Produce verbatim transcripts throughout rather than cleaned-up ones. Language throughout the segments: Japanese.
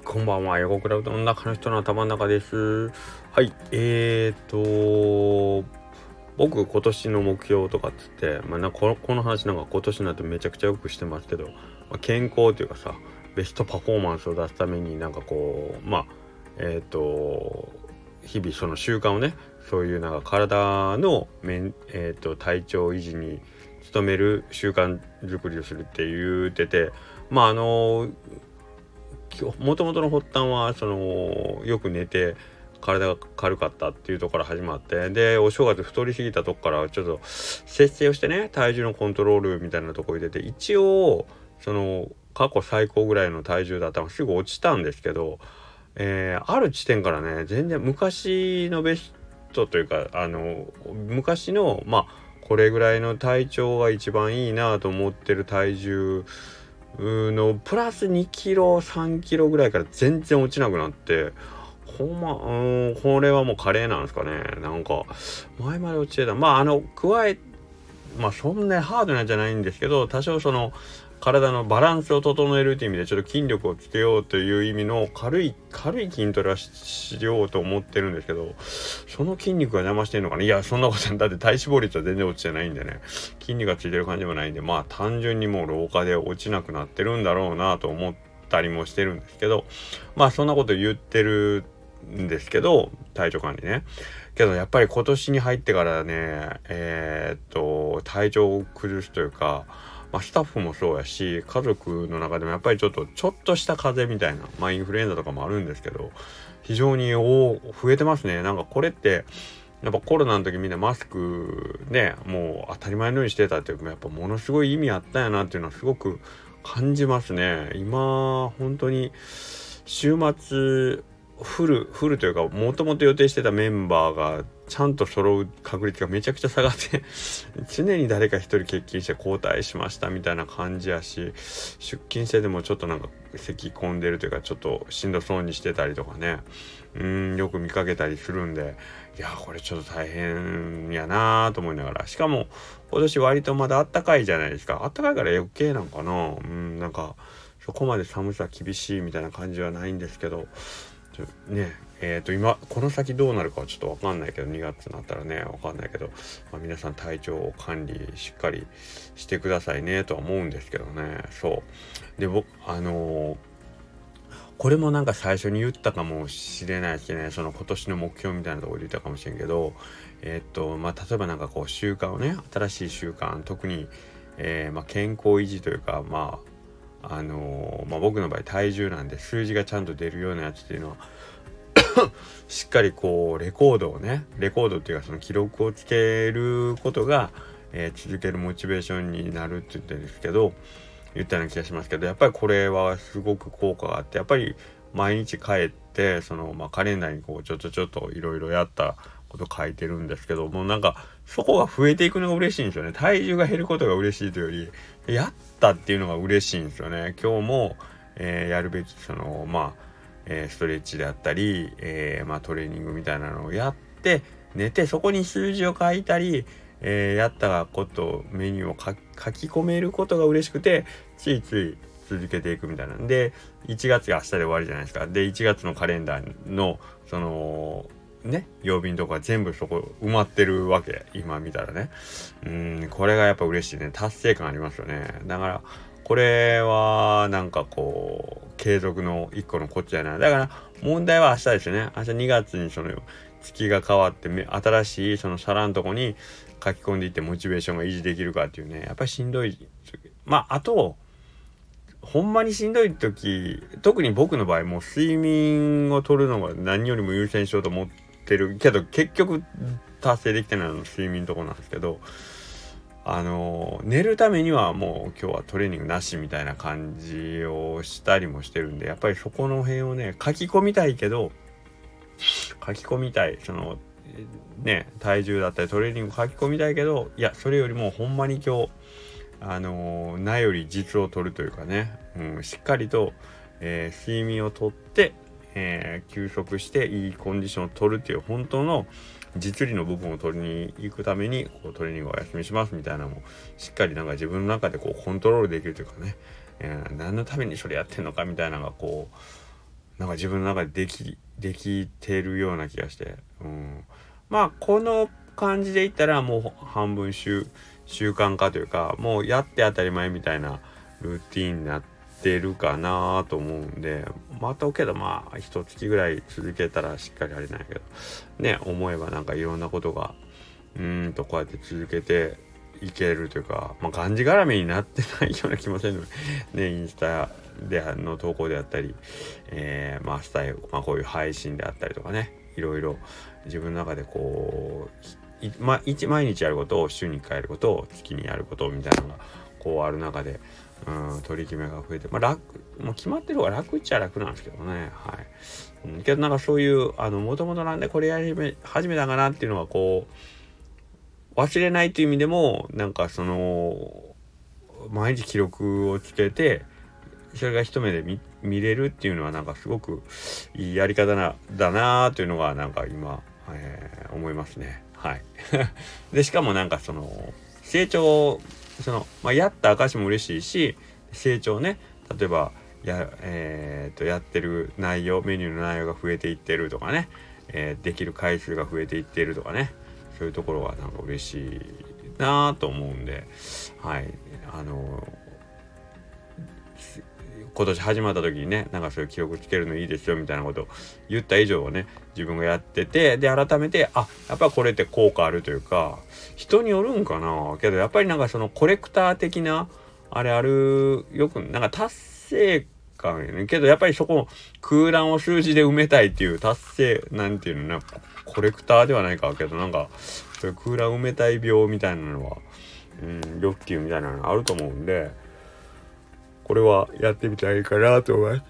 こんばんは。横クラウドの中の人の頭の中です。はい、えーと僕今年の目標とかっつって、まあ、なこのこの話なんか今年になってめちゃくちゃよくしてますけど、まあ、健康というかさ、ベストパフォーマンスを出すためになんかこうまあえーと日々その習慣をね、そういうなんか体のメン、えーと体調維持に努める習慣作りをするって言ってて、まああのもともとの発端はそのよく寝て体が軽かったっていうところから始まって、でお正月太りすぎたとこからちょっと節制をしてね、体重のコントロールみたいなとこ入れて、一応その過去最高ぐらいの体重だったのがすぐ落ちたんですけど、えー、ある地点からね、全然昔のベストというか、あの昔のまあこれぐらいの体調が一番いいなと思ってる体重のプラスにキロさんキロぐらいから全然落ちなくなって、ほんまうーんこれはもう加齢なんですかね。なんか前まで落ちてた、まああの加えまあそんなハードなんじゃないんですけど、多少その体のバランスを整えるという意味でちょっと筋力をつけようという意味の軽い軽い筋トレは し, しようと思ってるんですけど、その筋肉が邪魔してるのかな。いやそんなことだって体脂肪率は全然落ちてないんでね、筋肉がついてる感じもないんで、まあ単純にもう老化で落ちなくなってるんだろうなと思ったりもしてるんですけど、まあそんなこと言ってるんですけど、体調管理ね。けどやっぱり今年に入ってからね、えー、っと体調を崩すというか、まあ、スタッフもそうやし家族の中でもやっぱりちょっとちょっとした風邪みたいな、まあインフルエンザとかもあるんですけど、非常にお増えてますね。なんかこれってやっぱコロナの時みんなマスクね、もう当たり前のようにしてたっていうか、やっぱものすごい意味あったんやなっていうのはすごく感じますね。今本当に週末フルフルというか、もともと予定してたメンバーがちゃんと揃う確率がめちゃくちゃ下がって常に誰か一人欠勤して交代しましたみたいな感じやし、出勤してでもちょっとなんか咳込んでるというか、ちょっとしんどそうにしてたりとかね、うーんよく見かけたりするんで、いやこれちょっと大変やなと思いながら、しかも今年割とまだあったかいじゃないですか。あったかいから余計なんかな、うんなんかそこまで寒さ厳しいみたいな感じはないんですけどね。えーと今この先どうなるかはちょっと分かんないけど、にがつになったらね分かんないけど、まあ、皆さん体調管理しっかりしてくださいねとは思うんですけどね。そうで僕あのー、これもなんか最初に言ったかもしれないしね、その今年の目標みたいなところで言ったかもしれんけど、えっ、ー、とまあ例えばなんかこう習慣をね、新しい習慣、特に、えーまあ、健康維持というか、まああのー、まあ僕の場合体重なんで数字がちゃんと出るようなやつっていうのはしっかりこうレコードをね、レコードっていうかその記録をつけることが、えー、続けるモチベーションになるって言ってるんですけど、言ったような気がしますけど、やっぱりこれはすごく効果があって、やっぱり毎日帰ってその、まあ、カレンダーにこうちょっとちょっといろいろやったこと書いてるんですけども、なんかそこが増えていくのが嬉しいんですよね。体重が減ることが嬉しいというより、やったっていうのが嬉しいんですよね。今日も、えー、やるべきそのまあえー、ストレッチであったり、えーまあ、トレーニングみたいなのをやって寝て、そこに数字を書いたり、えー、やったことメニューを書き込めることが嬉しくて、ついつい続けていくみたいなんで、いちがつが明日で終わりじゃないですか。でいちがつのカレンダーのそのね曜日のとこは全部そこ埋まってるわけ、今見たらね。うーんこれがやっぱ嬉しいね。達成感ありますよね。だからこれはなんかこう継続の一個のコツやな。だから問題は明日ですよね。明日にがつにその月が変わって新しいその皿のとこに書き込んでいってモチベーションが維持できるかっていうね、やっぱりしんどい。まああとほんまにしんどい時、特に僕の場合もう睡眠をとるのが何よりも優先しようと思ってるけど、結局達成できてないのは睡眠のとこなんですけど、あの寝るためにはもう今日はトレーニングなしみたいな感じをしたりもしてるんで、やっぱりそこの辺をね書き込みたいけど書き込みたいそのね体重だったりトレーニング書き込みたいけど、いやそれよりもほんまに今日あのなより実を取るというかね、うん、しっかりと、えー、睡眠をとって、えー、休息していいコンディションを取るっていう本当の実利の部分を取りに行くためにこうトレーニングをお休みしますみたいなのもしっかりなんか自分の中でこうコントロールできるというかね、えー、何のためにそれやってんのかみたいなのがこなんか自分の中でできできてるような気がして、うん、まあこの感じでいったらもう半分習習慣化というか、もうやって当たり前みたいなルーティーンになってるかなと思うんで、またけどまあ一月ぐらい続けたらしっかりあれないけどね、思えばなんかいろんなことがうーんとこうやって続けていけるというか、まあ、がんじがらめになってないような気もするのね、インスタでの投稿であったり、えー、まあスタイル、まあ、こういう配信であったりとかね、いろいろ自分の中でこうい、ま、一毎日やることを週にいっかいやることを月にやることみたいなのがこうある中で、うん、取り決めが増えて、まあ楽、もう決まってる方が楽っちゃ楽なんですけどね、はい、うん、けどなんかそういうあのもともとなんでこれやり始めたかなっていうのはこう忘れないという意味でも、なんかその毎日記録をつけてそれが一目で 見, 見れるっていうのはなんかすごくいいやり方なだなというのがなんか今、えー、思いますね。はいでしかもなんかその成長、その、まあ、やった証も嬉しいし、成長ね、例えばや、えー、とやってる内容、メニューの内容が増えていってるとかね、えー、できる回数が増えていってるとかね、そういうところがなんか嬉しいなと思うんで、はい、あの今年始まった時にね、なんかそういう記録つけるのいいですよみたいなことを言った以上はね、自分がやってて、で改めてあやっぱこれって効果あるというか、人によるんかなけど、やっぱりなんかそのコレクター的なあれある、よくなんか達成感やねんけど、やっぱりそこ空欄を数字で埋めたいっていう達成なんていうのね、コレクターではないかけど、なんかそういう空欄埋めたい病みたいなのは、うん、欲求みたいなのあると思うんで、これはやってみたいかなと思います。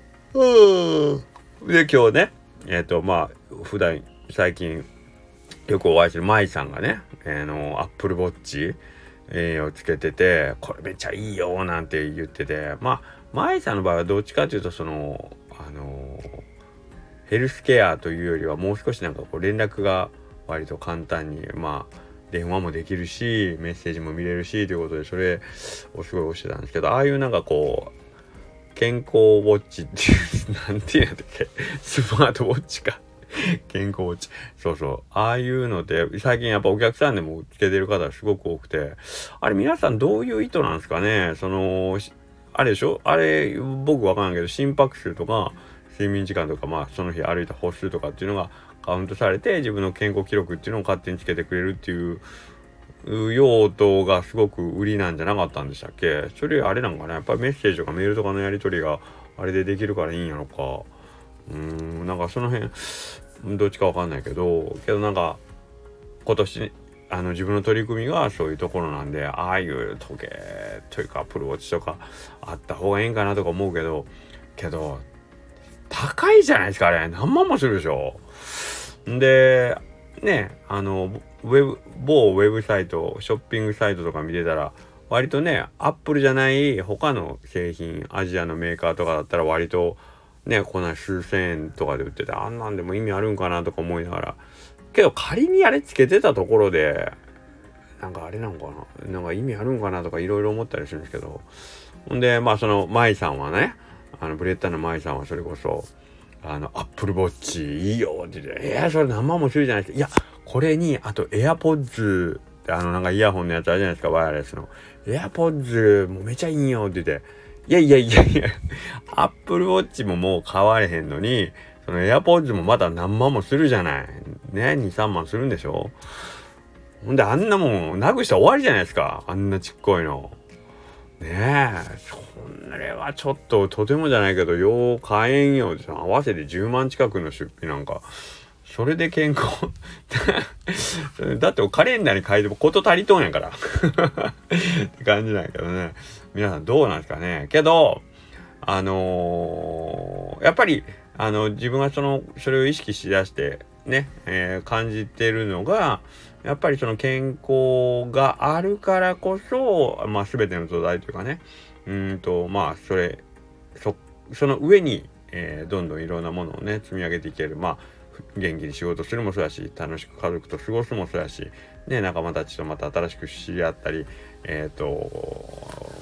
うん。で今日ね、えっ、ー、とまあ普段最近よくお会いするマイさんがね、えー、のアップルウォッチ、えー、をつけてて、これめっちゃいいよなんて言ってて、まあマイさんの場合はどっちかというとそのあのヘルスケアというよりはもう少しなんかこう連絡が割と簡単に、まあ電話もできるしメッセージも見れるしということで、それをすごい推してたんですけど、ああいうなんかこう健康ウォッチっていうなんていうんだっけ、スマートウォッチか健康ウォッチ、そうそう、ああいうので最近やっぱお客さんでもつけてる方すごく多くて、あれ皆さんどういう意図なんですかね。そのあれでしょ、あれ僕わかんないけど心拍数とか睡眠時間とか、まあその日歩いた歩数とかっていうのがカウントされて、自分の健康記録っていうのを勝手につけてくれるっていう用途がすごく売りなんじゃなかったんでしたっけ。それあれなんかな、やっぱりメッセージとかメールとかのやり取りがあれでできるからいいんやろか。うーん、なんかその辺どっちかわかんないけど、けどなんか今年あの自分の取り組みがそういうところなんで、ああいう時計というかアップルウォッチとかあった方がいいんかなとか思うけど、けど高いじゃないですか、あれ何万もするでしょ。でね、あのウェブ某ウェブサイト、ショッピングサイトとか見てたら割とね、アップルじゃない他の製品、アジアのメーカーとかだったら割とね、こんな数千円とかで売ってて、あんなんでも意味あるんかなとか思いながら、けど仮にあれつけてたところでなんかあれなんかな、なんか意味あるんかなとかいろいろ思ったりするんですけど、ほんでまあそのマイさんはね、あのブレッタのマイさんはそれこそあのアップルウォッチいいよって言って、えー、それ何万もするじゃないですか。いやこれにあとエアポッズってあのなんかイヤホンのやつあるじゃないですか、ワイヤレスのエアポッズもうめちゃいいよって言って、いやいやいやいやアップルウォッチももう買われへんのに、そのエアポッズもまた何万もするじゃないね、にさんまんするんでしょ。ほんであんなもんなくしたら終わりじゃないですか、あんなちっこいのねえ。それはちょっととてもじゃないけどよう買えんよ。合わせてじゅうまん近くの出費なんか、それで健康だってカレンダーに書いてもこと足りとんやからって感じなんやけどね。皆さんどうなんですかね。けどあのー、やっぱりあの自分がそのそれを意識しだしてね、えー、感じてるのがやっぱりその健康があるからこそ、まあ全ての土台というかね、うんとまあそれ そ, その上に、えー、どんどんいろんなものをね積み上げていける、まあ元気に仕事するもそうやし、楽しく家族と過ごすもそうやし、ね、仲間たちとまた新しく知り合ったり、えっと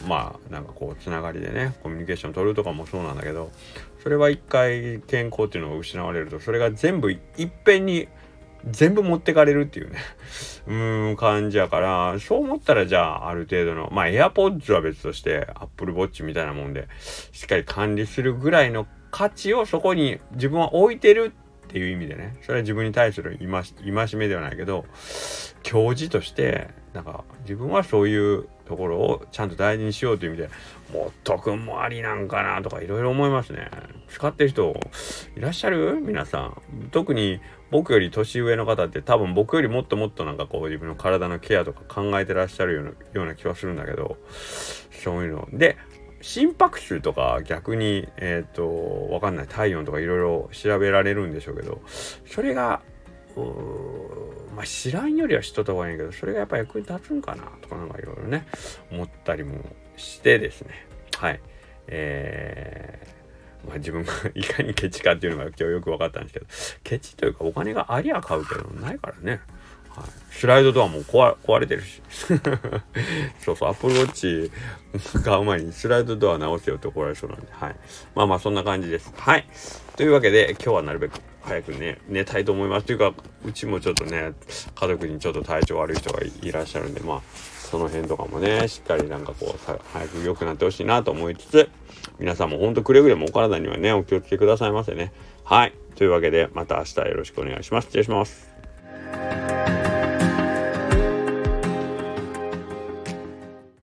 まあなんかこうつながりでねコミュニケーション取るとかもそうなんだけど、それは一回健康っていうのが失われると、それが全部いっぺんに全部持ってかれるっていうねうーん感じやから、そう思ったらじゃあある程度のまあ AirPods は別として Apple Watch みたいなもんでしっかり管理するぐらいの価値をそこに自分は置いてるっていう意味でね、それは自分に対する戒めではないけど教示としてなんか自分はそういうところをちゃんと大事にしようという意味で、もっとくんもありなんかなとかいろいろ思いますね。使ってる人いらっしゃる？皆さん。特に僕より年上の方って多分僕よりもっともっとなんかこう自分の体のケアとか考えてらっしゃるような、ような気はするんだけど、そういうので心拍数とか逆にえっとわかんない体温とかいろいろ調べられるんでしょうけど、それがまあ知らんよりは知っとった方がいいけど、それがやっぱ役に立つんかなとかなんかいろいろね思ったりもしてですね、はいえー、まあ自分がいかにケチかっていうのが今日よく分かったんですけど、ケチというかお金がありゃ買うけどないからね、はい、スライドドアも 壊, 壊れてるしそうそう、アップルウォッチ買う前にスライドドア直せよって怒られそうなんで、はい、まあまあそんな感じです。はい、というわけで今日はなるべく早くね寝たいと思います。というかうちもちょっとね家族にちょっと体調悪い人が い, いらっしゃるんで、まあその辺とかもねしっかりなんかこう早く良くなってほしいなと思いつつ、皆さんもほんとくれぐれもお体にはねお気をつけくださいませね。はい、というわけでまた明日よろしくお願いします。失礼します。